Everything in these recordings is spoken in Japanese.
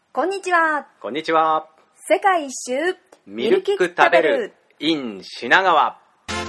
こんにちは。 こんにちは。 世界一周ミルク食べる in 品川。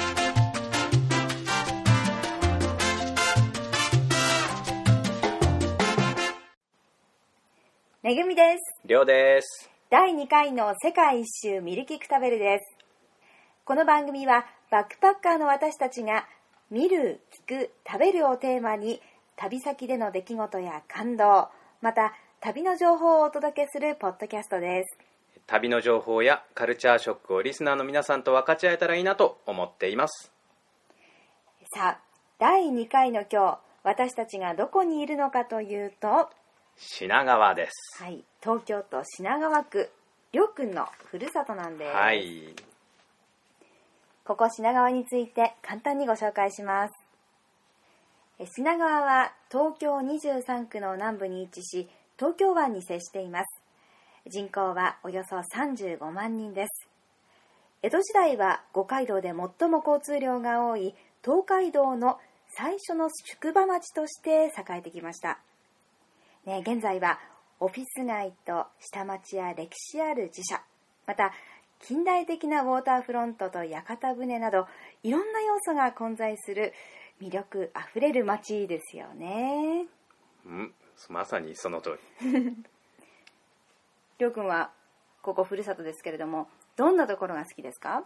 めぐみです。 りょうです。 第2回の世界一周ミルキク食べるです。この番組はバックパッカーの私たちが見る、聞く、食べるをテーマに旅先での出来事や感動、また旅の情報をお届けするポッドキャストです。 旅の情報やカルチャーショックをリスナーの皆さんと分かち合えたらいいなと思っています。 さあ、第2回の今日、私たちがどこにいるのかというと、 品川です。 はい、東京都品川区、りょうくんのふるさとなんです。 はい。 ここ品川について簡単にご紹介します。品川は東京23区の南部に位置し、東京湾に接しています。人口はおよそ35万人です。江戸時代は五街道で最も交通量が多い東海道の最初の宿場町として栄えてきました。現在はオフィス街と下町や歴史ある寺社、また近代的なウォーターフロントと屋形船などいろんな要素が混在する魅力あふれる街ですよね。 まさにその通り。 りょうくんはここふるさとですけれども、どんなところが好きですか？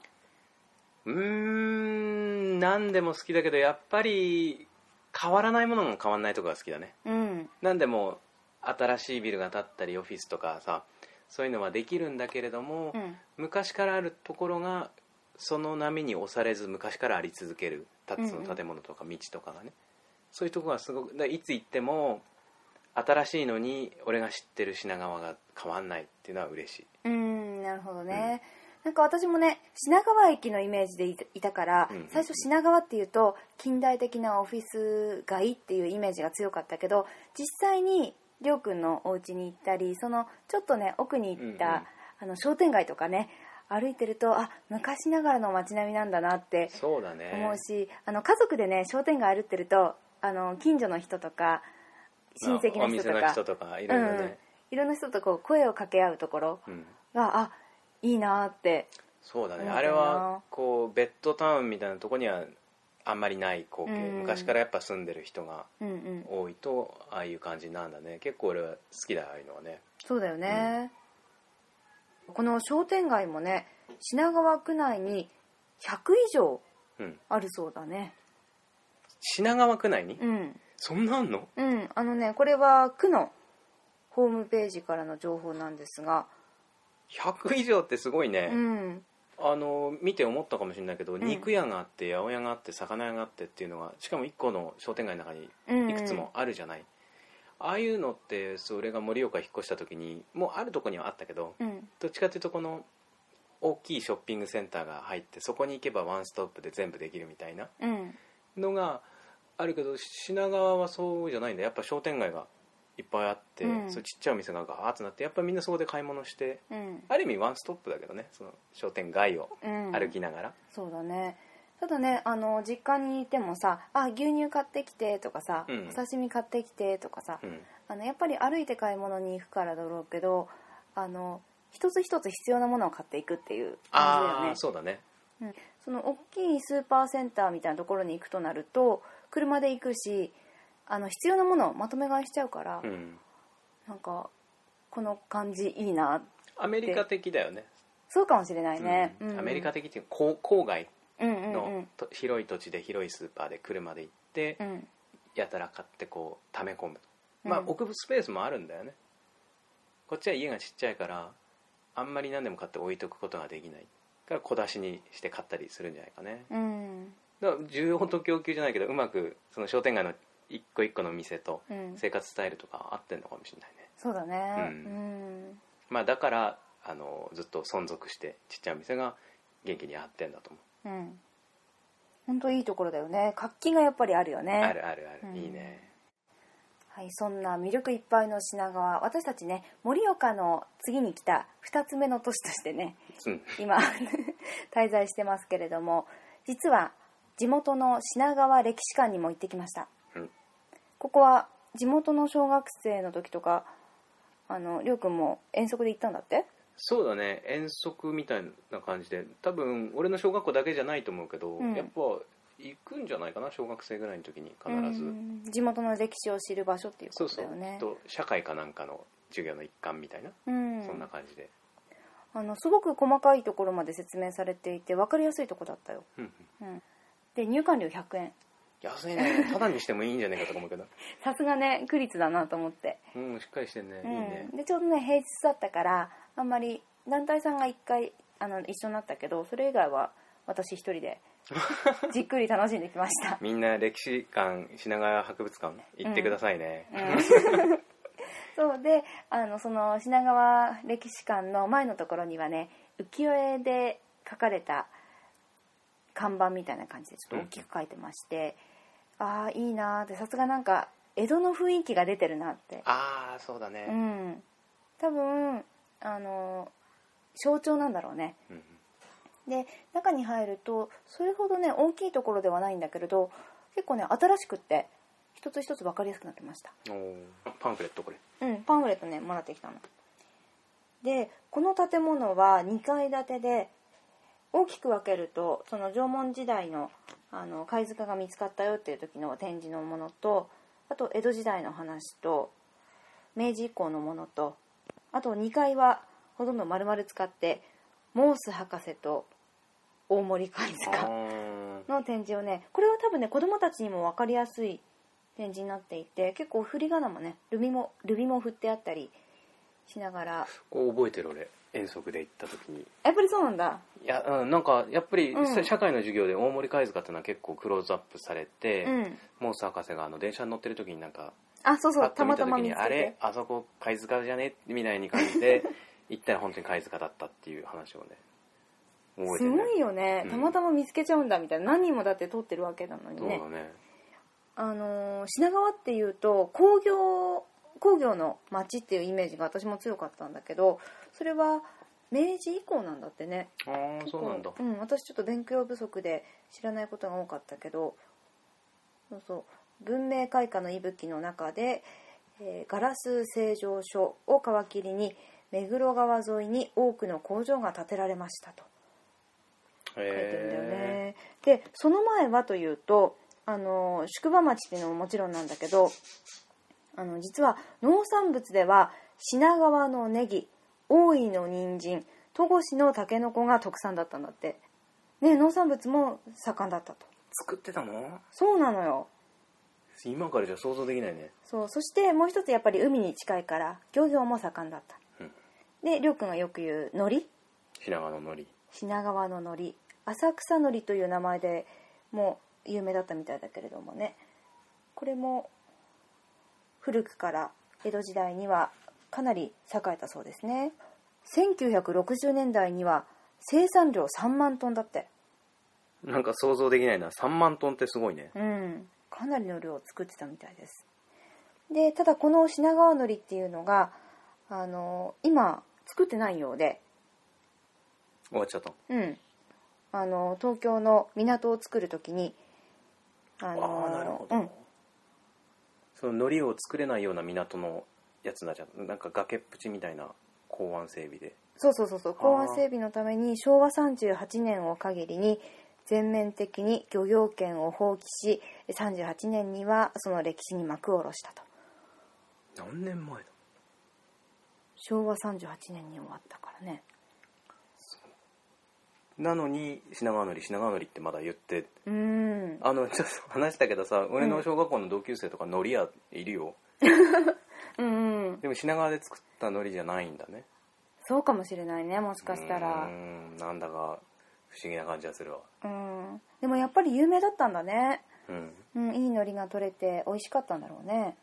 何でも好きだけど、やっぱり変わらないものも変わらないところが好きだね。何でも新しいビルが建ったりオフィスとかさ、そういうのはできるんだけれども、昔からあるところがその波に押されず昔からあり続けるその建物とか道とかがね、そういうところがすごく、いつ行っても新しいのに俺が知ってる品川が変わんないっていうのは嬉しい。 なるほどね。なんか私もね、品川駅のイメージでいたから、最初品川っていうと近代的なオフィス街っていうイメージが強かったけど、実際にりょうくんのお家に行ったり、そのちょっとね奥に行った、商店街とかね歩いてると、昔ながらの街並みなんだなって思うし、家族でね商店街歩ってると近所の人とか親戚の人とか、お店の人とかいろいろね、 いろんな人とこう声を掛け合うところが、いいなって。 そうだね。あれはこうベッドタウンみたいなとこにはあんまりない光景、昔からやっぱ住んでる人が多いとああいう感じなんだね。結構俺は好きだよ、ああいうのはね。 そうだよね、この商店街もね、品川区内に100以上あるそうだね。 品川区内に？そんなあんの？ これは区のホームページからの情報なんですが、 100以上ってすごいね。見て思ったかもしれないけど、肉屋があって八百屋があって魚屋があってっていうのが、しかも1個の商店街の中にいくつもあるじゃない。ああいうのって、それが盛岡引っ越した時にもうあるとこにはあったけど、どっちかっていうとこの大きいショッピングセンターが入って、そこに行けばワンストップで全部できるみたいなのがあるけど、品川はそうじゃないんだ。やっぱ商店街がいっぱいあって、そうちっちゃいお店がガーッとなって、やっぱみんなそこで買い物して、ある意味ワンストップだけどね、その商店街を歩きながら、 そうだね。ただね、実家にいてもさ、牛乳買ってきてとかさ、お刺身買ってきてとかさ、やっぱり歩いて買い物に行くからだろうけど、一つ一つ必要なものを買っていくっていう感じだよね。 そうだね。 その大きいスーパーセンターみたいなところに行くとなると車で行くし、必要なものをまとめ買いしちゃうから、なんかこの感じいいなって。 アメリカ的だよね。 そうかもしれないね。 アメリカ的っていう郊外の広い土地で広いスーパーで車で行って、やたら買ってこう溜め込む、置くスペースもあるんだよね。こっちは家がちっちゃいからあんまり何でも買って置いとくことができないから、小出しにして買ったりするんじゃないかね。だから需要と供給じゃないけど、うまくその商店街の一個一個の店と生活スタイルとか合ってんのかもしれないね。 そうだね。 だからずっと存続してちっちゃい店が元気にやってんだと思う。 本当いいところだよね。活気がやっぱりあるよね。 ある、いいね。 はい、そんな魅力いっぱいの品川、私たちね、盛岡の次に来た2つ目の都市としてね、今滞在してますけれども、実は地元の品川歴史館にも行ってきました。ここは地元の小学生の時とかりょうくんも遠足で行ったんだって？ そうだね、遠足みたいな感じで、多分俺の小学校だけじゃないと思うけど、やっぱ行くんじゃないかな、小学生ぐらいの時に必ず。 地元の歴史を知る場所っていうことだよね。 そうそう、と社会かなんかの授業の一環みたいな、そんな感じで。 すごく細かいところまで説明されていて分かりやすいとこだったよ。で入館料100円。 安いね。ただにしてもいいんじゃないかと思うけど。 さすがね、区立だなと思って。 しっかりしてんね。いいね。 でちょうどね平日だったからあんまり団体さんが1回一緒になったけど、それ以外は私一人でじっくり楽しんできました。 みんな歴史館、品川博物館行ってくださいね。 そうでその品川歴史館の前のところにはね、浮世絵で描かれた看板みたいな感じでちょっと大きく書いてまして、ああいいなーって、さすがなんか江戸の雰囲気が出てるなって。 ああそうだね。 多分象徴なんだろうね。で中に入るとそれほどね大きいところではないんだけれど、結構ね新しくって一つ一つ分かりやすくなってました。 パンフレットこれ。 パンフレットねもらってきたので、この建物は2階建てで、大きく分けるとその縄文時代の貝塚が見つかったよっていう時の展示のものと、あと江戸時代の話と明治以降のものと、あと2階はほとんど丸々使ってモース博士と大森貝塚の展示をね、これは多分ね子供たちにも分かりやすい展示になっていて、結構振り仮名もねルビも振ってあったりしながら。 こう覚えてる俺、遠足で行った時に。 やっぱりそうなんだ。 いや、なんかやっぱり社会の授業で大森貝塚っていうのは結構クローズアップされて、モース博士が電車に乗ってる時になんかそうそう、たまたま見つけて、 あれあそこ貝塚じゃねみたいに感じで行ったら本当に貝塚だったっていう話をね覚えてるね。 すごいよね、たまたま見つけちゃうんだみたいな。何人もだって撮ってるわけなのにね。 そうだね。 品川っていうと工業の町っていうイメージが私も強かったんだけど、それは明治以降なんだってね。 そうなんだ。 私ちょっと勉強不足で知らないことが多かったけど、文明開化の息吹の中で、ガラス製造所を皮切りに目黒川沿いに多くの工場が建てられましたと書いてるんだよね。でその前はというと宿場町っていうのももちろんなんだけど、実は農産物では品川のネギ、大井の人参、戸越のタケノコが特産だったんだってね。農産物も盛んだったと。 作ってたの？ そうなのよ。 今からじゃ想像できないね。 そしてもう一つやっぱり海に近いから漁業も盛んだった、でりょうくんがよく言う海苔、 品川の海苔、 品川の海苔、浅草海苔という名前でもう有名だったみたいだけれどもね、これも古くから江戸時代にはかなり栄えたそうですね。1960年代には生産量3万トンだって。 なんか想像できないな。3万トンってすごいね。 かなりの量を作ってたみたいです。でただこの品川海苔っていうのが今作ってないようで、 終わっちゃった。 東京の港を作るときになるほど、その海苔を作れないような港のやつなんか崖っぷちみたいな港湾整備で。 そう港湾整備のために昭和38年を限りに全面的に漁業権を放棄し、38年にはその歴史に幕を下ろしたと。 何年前だ？ 昭和38年に終わったからね。 なのに品川のりってまだ言って、ちょっと話したけどさ、俺の小学校の同級生とか海苔屋いるよ。でも品川で作った海苔じゃないんだね。 そうかもしれないね、もしかしたら。 なんだか不思議な感じがするわ。 でもやっぱり有名だったんだね。いい海苔が取れて美味しかったんだろうね。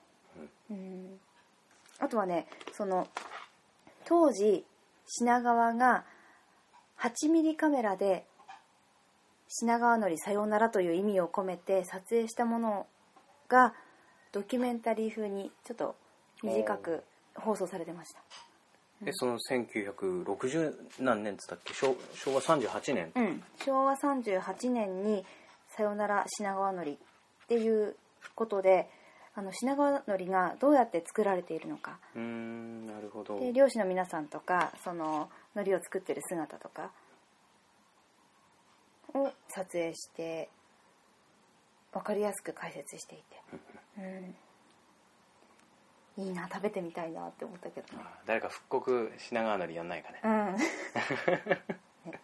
あとはね、その当時品川が8ミリカメラで品川のりさようならという意味を込めて撮影したものがドキュメンタリー風にちょっと短く放送されてました。 その1960何年っつったっけ？昭和38年。 昭和38年にさよなら品川のりっていうことで品川海苔がどうやって作られているのか、 なるほど。 で漁師の皆さんとかその海苔を作ってる姿とかを撮影して分かりやすく解説していて、いいな、食べてみたいなって思ったけどね。 誰か復刻品川海苔やんないかね。 ね、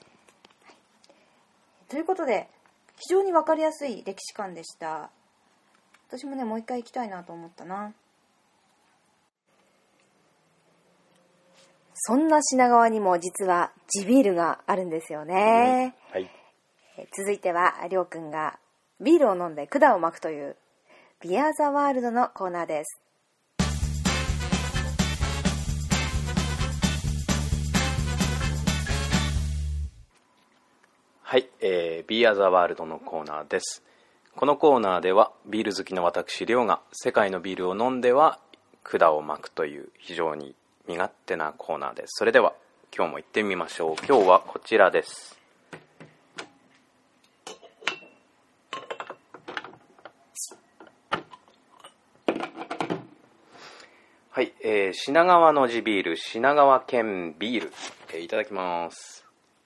ということで非常に分かりやすい歴史館でした。私もねもう一回行きたいなと思ったな。そんな品川にも実は地ビールがあるんですよね。 はい。 続いてはりょうくんがビールを飲んで管を巻くというビアザワールドのコーナーです。 はい、ビアザワールドのコーナーです。このコーナーではビール好きの私りょうが世界のビールを飲んでは管を巻くという非常に身勝手なコーナーです。それでは今日も行ってみましょう。今日はこちらです。はい、品川の地ビール、品川県ビール、いただきます。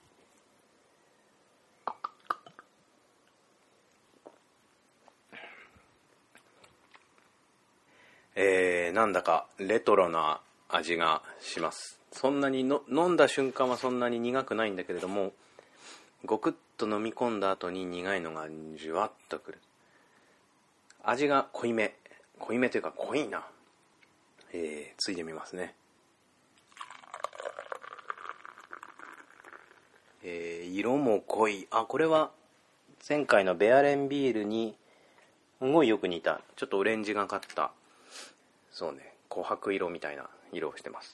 なんだかレトロな味がします。そんなに飲んだ瞬間はそんなに苦くないんだけれども、ごくっと飲み込んだ後に苦いのがじゅわっとくる。味が濃いめというか濃いな。ついでみますね。色も濃い。これは前回のベアレンビールにすごいよく似た、ちょっとオレンジがかった、そうね、琥珀色みたいな色をしてます。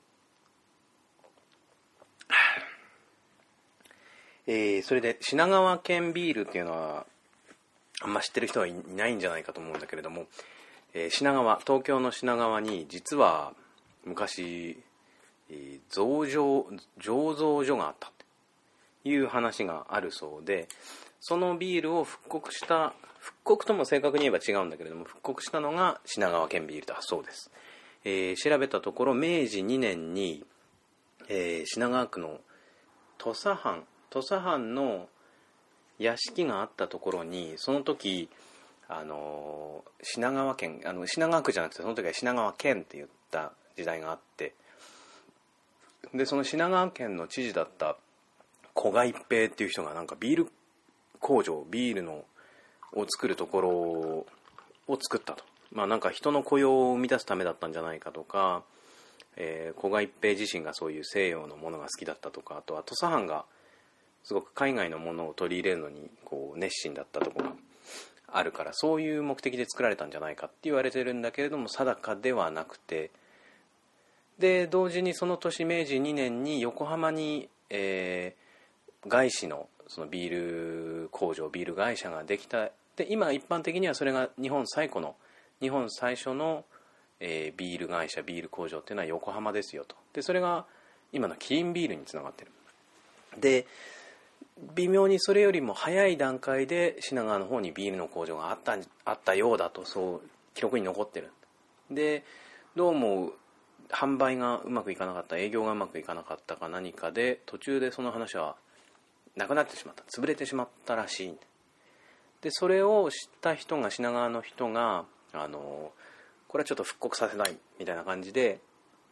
それで品川県ビールっていうのはあんま知ってる人はいないんじゃないかと思うんだけれども、東京の品川に実は昔、醸造所があったという話があるそうで、そのビールを復刻とも正確に言えば違うんだけれども、復刻したのが品川県ビールだそうです。調べたところ明治2年に、品川区の土佐藩の屋敷があったところに、その時品川県、品川区じゃなくてその時は品川県って言った時代があって、でその品川県の知事だった古賀一平っていう人がなんかビール工場、ビールのを作るところを作ったと。なんか人の雇用を生み出すためだったんじゃないかとか、古賀一平自身がそういう西洋のものが好きだったとか、あとは土佐藩がすごく海外のものを取り入れるのにこう熱心だったところがあるから、そういう目的で作られたんじゃないかって言われてるんだけれども、定かではなくて、で同時にその年明治2年に横浜に、外資のそのビール工場、ビール会社ができた。で今一般的にはそれが日本最初の、ビール会社、ビール工場っていうのは横浜ですよと。でそれが今のキリンビールにつながってる。で微妙にそれよりも早い段階で品川の方にビールの工場があったようだと、そう記録に残ってる。でどうも販売がうまくいかなかった、営業がうまくいかなかったか何かで、途中でその話はなくなってしまった、潰れてしまったらしい。でそれを知った人が、品川の人がこれはちょっと復刻させないみたいな感じで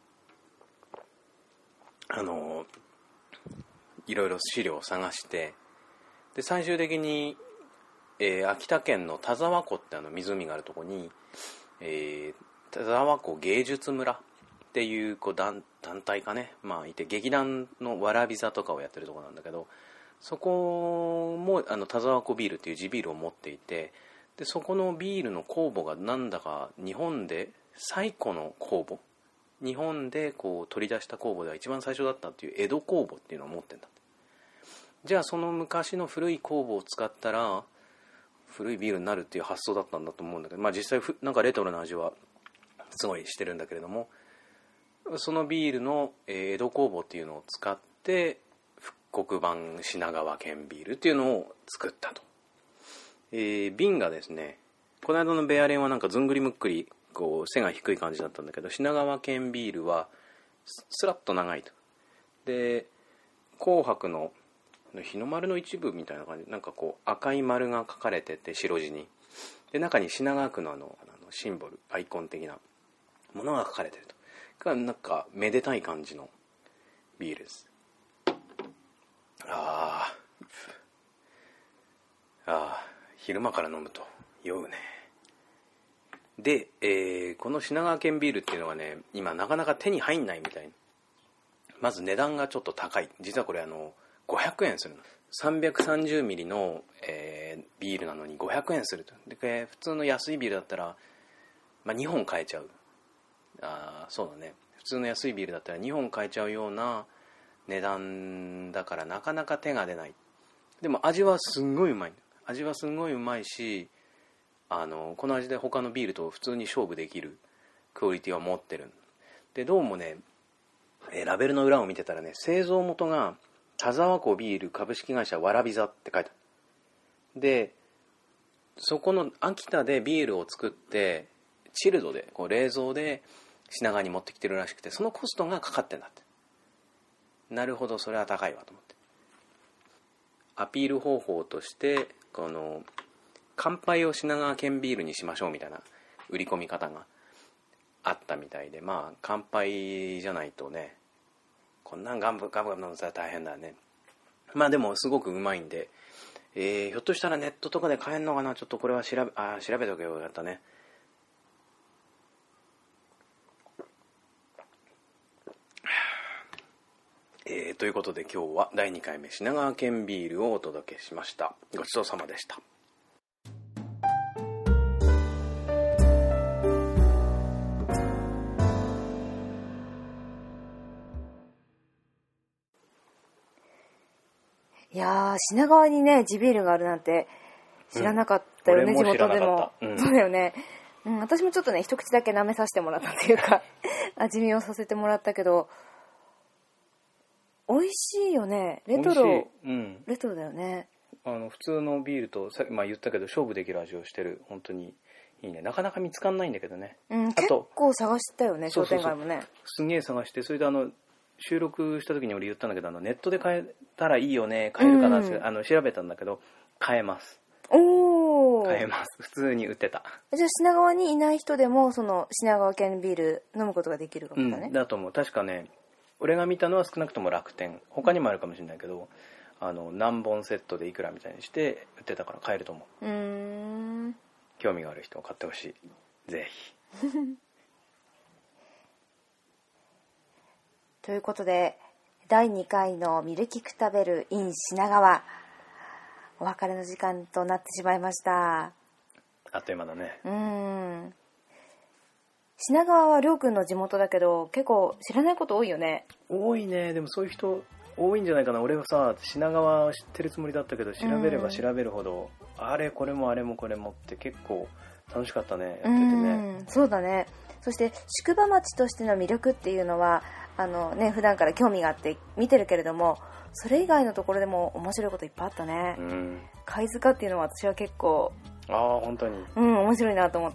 いろいろ資料を探して、で最終的に、秋田県の田沢湖って湖があるところに、田沢湖芸術村っていう、団体かね、いて、劇団のわらび座とかをやってるところなんだけど、そこも田沢湖ビールっていう地ビールを持っていて、でそこのビールの酵母がなんだか日本で最古の酵母、日本でこう取り出した酵母では一番最初だったっていう江戸酵母っていうのを持ってるんだ。じゃあその昔の古い酵母を使ったら古いビールになるっていう発想だったんだと思うんだけど、実際なんかレトロな味はすごいしてるんだけれども、そのビールの江戸酵母っていうのを使って復刻版品川県ビールっていうのを作ったと。瓶がですね、 この間のベアレンはなんかずんぐりむっくりこう背が低い感じだったんだけど、品川県ビールはスラッと長いと。で紅白の日の丸の一部みたいな感じ、なんかこう赤い丸が書かれてて白地に、で中に品川区のシンボルアイコン的なものが書かれてると。なんかめでたい感じのビールです。昼間から飲むと酔うね。で、この品川県ビールっていうのはね、今なかなか手に入んないみたいな。まず値段がちょっと高い。実はこれ500円するの。330ミリの、ビールなのに500円すると。で普通の安いビールだったら、2本買えちゃう。そうだね。普通の安いビールだったら2本買えちゃうような値段だからなかなか手が出ない。でも味はすんごいうまい。味はすんごいうまいし、この味で他のビールと普通に勝負できるクオリティは持ってる。でどうもね、ラベルの裏を見てたらね、製造元が田沢湖ビール株式会社わらび座って書いてある。でそこの秋田でビールを作ってチルドでこう冷蔵で品川に持ってきてるらしくて、そのコストがかかってんだって。なるほど、それは高いわと思って。アピール方法としてこの乾杯を品川県ビールにしましょうみたいな売り込み方があったみたいで、乾杯じゃないとね、こんなんガブガブ飲んだら大変だね。でもすごくうまいんで、ひょっとしたらネットとかで買えるのかな。ちょっとこれは調べとけばよかったね。ということで今日は第2回目品川県ビールをお届けしました。ごちそうさまでした。 いやー、品川にね地ビールがあるなんて知らなかったよね、地元でも、そうだよね、私もちょっとね一口だけ舐めさせてもらったというか味見をさせてもらったけど、美味しいよね。レトロだよね。 普通のビールと言ったけど勝負できる味をしてる。本当にいいね。なかなか見つかんないんだけどね、 結構探したよね、商店街もね。 すげえ探して、それで収録した時に俺言ったんだけど、ネットで買えたらいいよね、買えるかなって、調べたんだけど買えます。買えます。普通に売ってた。 じゃあ品川にいない人でもその品川県ビール飲むことができるかもだね。 だと思う。確かね、俺が見たのは少なくとも楽天、他にもあるかもしれないけど、何本セットでいくらみたいにして売ってたから買えると思う。興味がある人は買ってほしい。ぜひ。 ということで第2回のミルキク食べる in 品川、お別れの時間となってしまいました。 あっという間だね。 品川はりょうくんの地元だけど結構知らないこと多いよね。 多いね。でもそういう人多いんじゃないかな。俺はさ、品川知ってるつもりだったけど、調べれば調べるほど、あれこれもあれもこれもって結構楽しかったね、やっててね。 そうだね。そして宿場町としての魅力っていうのは普段から興味があって見てるけれども、それ以外のところでも面白いこといっぱいあったね。貝塚っていうのは私は結構本当に面白いなと思った。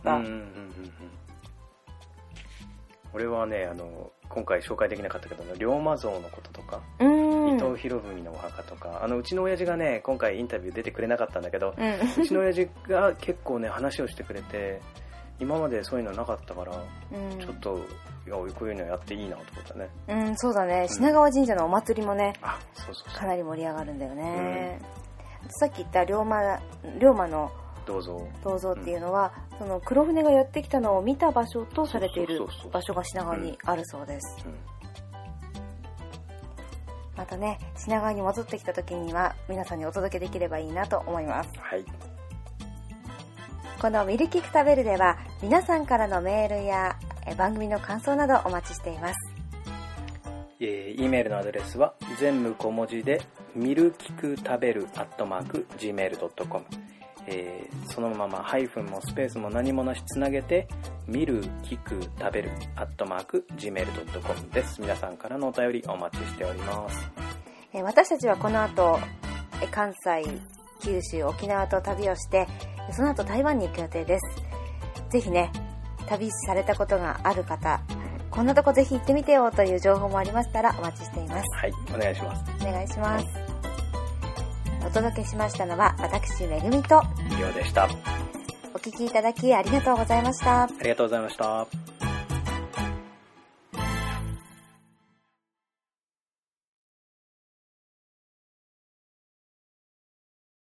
俺はね、今回紹介できなかったけど龍馬像のこととか、伊藤博文のお墓とか、うちの親父がね今回インタビュー出てくれなかったんだけど、うちの親父が結構ね話をしてくれて、今までそういうのなかったから、ちょっとこういうのやっていいなと思ったね。そうだね。 品川神社のお祭りもね、 そうかなり盛り上がるんだよね。さっき言った龍馬の銅像っていうのは、その黒船がやってきたのを見た場所とされている場所が品川にあるそうです。またね、品川に戻ってきた時には皆さんにお届けできればいいなと思います。このミルキク食べるでは皆さんからのメールや番組の感想などお待ちしています。 E メールのアドレスは全部小文字でミルキク食べる@gmail.com、そのままハイフンもスペースも何もなしつなげてミルキク食べる@gmail.com です。皆さんからのお便りお待ちしております。 私たちはこの後関西、九州、沖縄と旅をして、その後台湾に行く予定です。 ぜひね、旅されたことがある方、こんなとこぜひ行ってみてよという情報もありましたらお待ちしています。 はい、お願いします。 お願いします。お届けしましたのは私めぐみとりょうでした。 お聞きいただきありがとうございました。 ありがとうございました。